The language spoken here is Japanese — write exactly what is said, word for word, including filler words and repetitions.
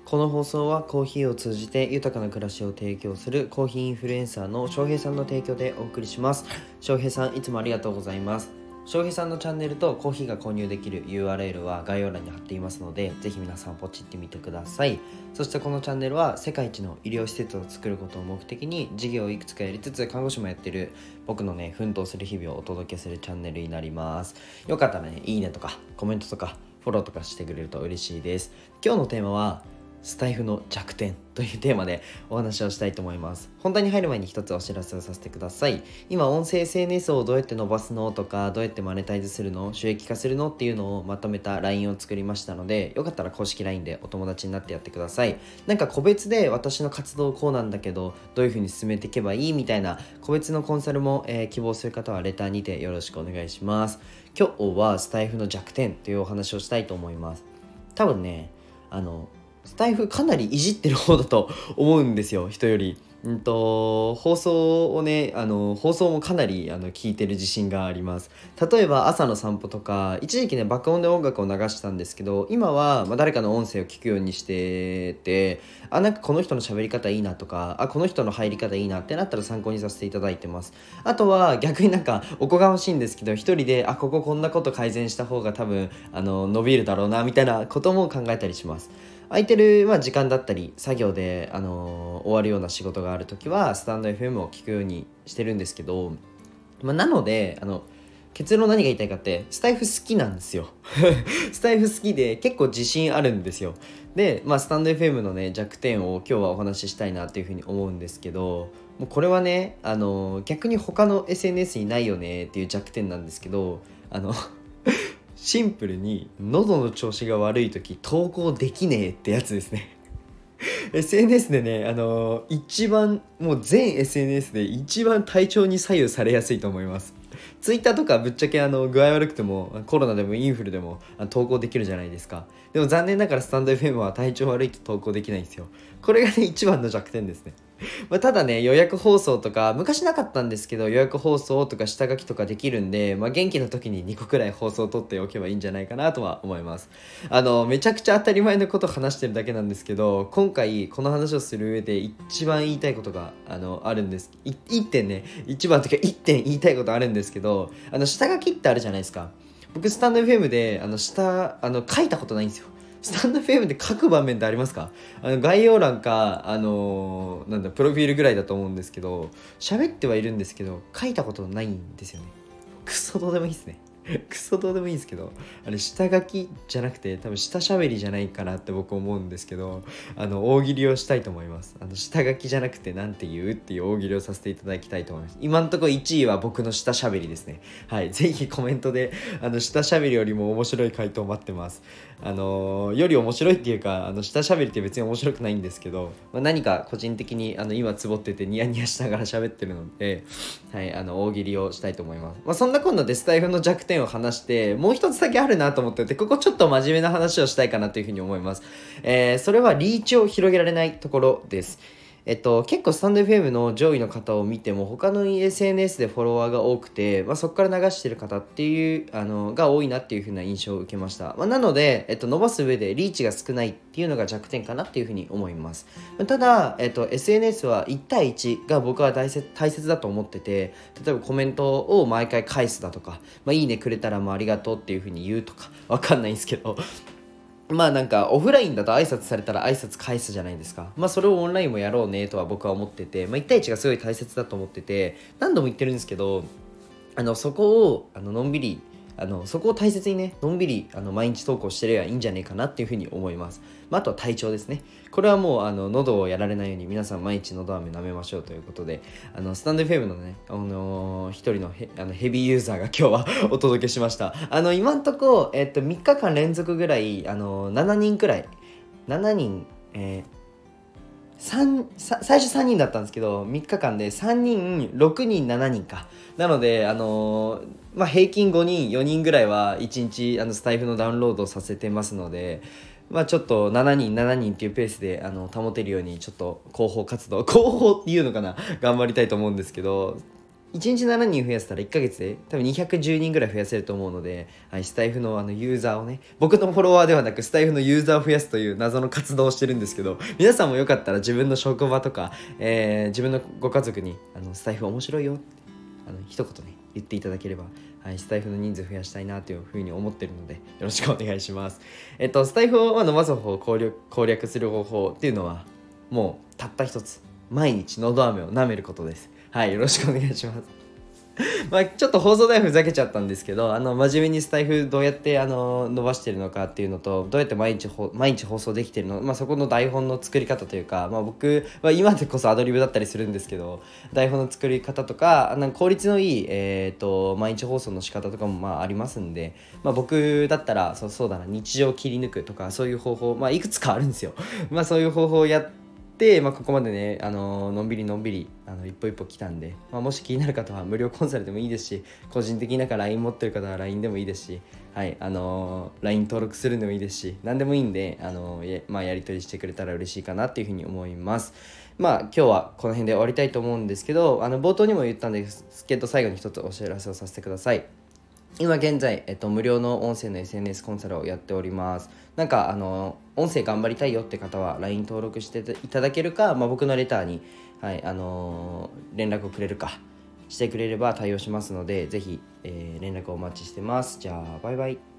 この放送はコーヒーを通じて豊かな暮らしを提供するコーヒーインフルエンサーの翔平さんの提供でお送りします。翔平さん、いつもありがとうございます。翔平さんのチャンネルとコーヒーが購入できる ユーアールエル は概要欄に貼っていますので、ぜひ皆さんポチってみてください。そしてこのチャンネルは世界一の医療施設を作ることを目的に事業をいくつかやりつつ看護師もやってる僕のね奮闘する日々をお届けするチャンネルになります。よかったらね、いいねとかコメントとかフォローとかしてくれると嬉しいです。今日のテーマはスタイフの弱点というテーマでお話をしたいと思います。本題に入る前に一つお知らせをさせてください。今音声 エスエヌエス をどうやって伸ばすのとか、どうやってマネタイズするの、収益化するのっていうのをまとめた ライン を作りましたので、よかったら公式 ライン でお友達になってやってください。なんか個別で私の活動こうなんだけどどういう風に進めていけばいいみたいな個別のコンサルも、えー、希望する方はレターにてよろしくお願いします。今日はスタイフの弱点というお話をしたいと思います。多分ね、あのスタイフかなりいじってる方だと思うんですよ、人より。うんと放送をねあの放送もかなりあの聞いてる自信があります。例えば朝の散歩とか、一時期ね爆音で音楽を流したんですけど、今は、まあ、誰かの音声を聞くようにしてて、あなんかこの人の喋り方いいなとか、あこの人の入り方いいなってなったら参考にさせていただいてます。あとは逆になんかおこがましいんですけど、一人であこここんなこと改善した方が多分あの伸びるだろうなみたいなことも考えたりします。空いてる、まあ、時間だったり作業で、あのー終わるような仕事があるときはスタンド エフエム を聞くようにしてるんですけど、まあ、なのであの結論何が言いたいかって、スタイフ好きなんですよスタイフ好きで結構自信あるんですよ。で、まあ、スタンド エフエム のね弱点を今日はお話ししたいなっていうふうに思うんですけど、もうこれはねあの逆に他の エスエヌエス にないよねっていう弱点なんですけど、あのシンプルに喉の調子が悪い時投稿できねえってやつですねエスエヌエス でね、あのー一番もう全 エスエヌエス で一番体調に左右されやすいと思います。ツイッターとかぶっちゃけあの具合悪くてもコロナでもインフルでもあの投稿できるじゃないですか。でも残念ながらスタンド エフエム は体調悪いと投稿できないんですよ。これがね一番の弱点ですね。まあ、ただね予約放送とか昔なかったんですけど、予約放送とか下書きとかできるんで、まあ、元気な時ににこくらい放送を撮っておけばいいんじゃないかなとは思います。あのめちゃくちゃ当たり前のことを話してるだけなんですけど、今回この話をする上で一番言いたいことがあのあるんです。いいってんね一番というかいってん言いたいことあるんですけど、あの下書きってあるじゃないですか。僕スタンド エフエム であの下あの書いたことないんですよ。スタンド エフエム で書く場面ってありますか？あの概要欄か、あのーなんだプロフィールぐらいだと思うんですけど、喋ってはいるんですけど書いたことないんですよね。クソどうでもいいですねクソどうでもいいんですけど、あれ下書きじゃなくて多分下喋りじゃないかなって僕思うんですけど、あの大喜利をしたいと思います。あの下書きじゃなくてなんて言うっていう大喜利をさせていただきたいと思います。今のところいちいは僕の下喋りですね。はい、ぜひコメントであの下喋りよりも面白い回答待ってます。あのー、より面白いっていうか、あの下喋りって別に面白くないんですけど、まあ、何か個人的にあの今つぼっててニヤニヤしながら喋ってるので、はい、あの大喜利をしたいと思います。まあ、そんなこんなでスタイフの弱点を話して、もう一つだけあるなと思ってて、ここちょっと真面目な話をしたいかなというふうに思います。えー、それはリーチを広げられないところです。えっと、結構スタンド エフエム の上位の方を見ても他の エスエヌエス でフォロワーが多くて、まあ、そこから流してる方っていうあのが多いなっていう風な印象を受けました。まあ、なので、えっと、伸ばす上でリーチが少ないっていうのが弱点かなっていう風に思います。ただ、えっと、エスエヌエス はいち対いちが僕は大切、大切だと思ってて、例えばコメントを毎回返すだとか、まあ、いいねくれたらもうありがとうっていう風に言うとかわかんないんですけどまあなんかオフラインだと挨拶されたら挨拶返すじゃないですか。まあそれをオンラインもやろうねとは僕は思ってて、まあいち対いちがすごい大切だと思ってて、何度も言ってるんですけど、あのそこをあののんびりあのそこを大切にね、のんびりあの毎日投稿してればいいんじゃないかなっていうふうに思います。まあ、あとは体調ですね。これはもうあの喉をやられないように皆さん毎日喉飴舐めましょうということで、あのスタンド エフエム のね、あのー、一人のヘあのヘビーユーザーが今日はお届けしました。あの今んとこ、えっと、みっかかん連続ぐらいあのしちにんくらいしちにん、えーさんさ最初さんにんだったんですけど、みっかかんでさんにんろくにんしちにんかなので、あのーまあ、平均ごにんよにんぐらいはいちにちあのスタイフのダウンロードさせてますので、まあ、ちょっとしちにんしちにんっていうペースであの保てるようにちょっと広報活動広報っていうのかな頑張りたいと思うんですけど、 いちにちしちにん増やせたらいっかげつで多分にひゃくじゅうにんぐらい増やせると思うので、はい、スタイフのあのユーザーをね、僕のフォロワーではなくスタイフのユーザーを増やすという謎の活動をしてるんですけど、皆さんもよかったら自分の職場とか、えー、自分のご家族にあのスタイフ面白いよってあの一言ね言っていただければ、はい、スタイフの人数増やしたいなというふうに思ってるのでよろしくお願いします。えっとスタイフを伸ばす方法、攻略、攻略する方法っていうのはもうたった一つ、毎日のど飴を舐めることです。はい、よろしくお願いします。まあちょっと放送ではふざけちゃったんですけど、あの真面目にスタイフどうやってあの伸ばしてるのかっていうのと、どうやって毎日ほ毎日放送できてるの、まあ、そこの台本の作り方というか、まあ、僕は今でこそアドリブだったりするんですけど、台本の作り方とかなんか効率のいい、えー、と毎日放送の仕方とかもまあありますんで、まあ、僕だったらそうそうだな日常を切り抜くとかそういう方法、まあ、いくつかあるんですよ。まあそういう方法をやってで、まあ、ここまでね、あのーのんびりのんびりあの一歩一歩来たんで、まあ、もし気になる方は無料コンサルでもいいですし、個人的になんか ライン 持ってる方は ライン でもいいですし、はいあのー、ライン 登録するのもいいですし、何でもいいんで、あのーやまあ、やり取りしてくれたら嬉しいかなっていうふうに思います。まあ今日はこの辺で終わりたいと思うんですけど、あの冒頭にも言ったんですけど、最後に一つお知らせをさせてください。今現在、えっと、無料の音声の エスエヌエス コンサルをやっております。なんかあの音声頑張りたいよって方は ライン 登録していただけるか、まあ、僕のレターに、はいあのー連絡をくれるかしてくれれば対応しますので、ぜひ、えー連絡をお待ちしてます。じゃあバイバイ。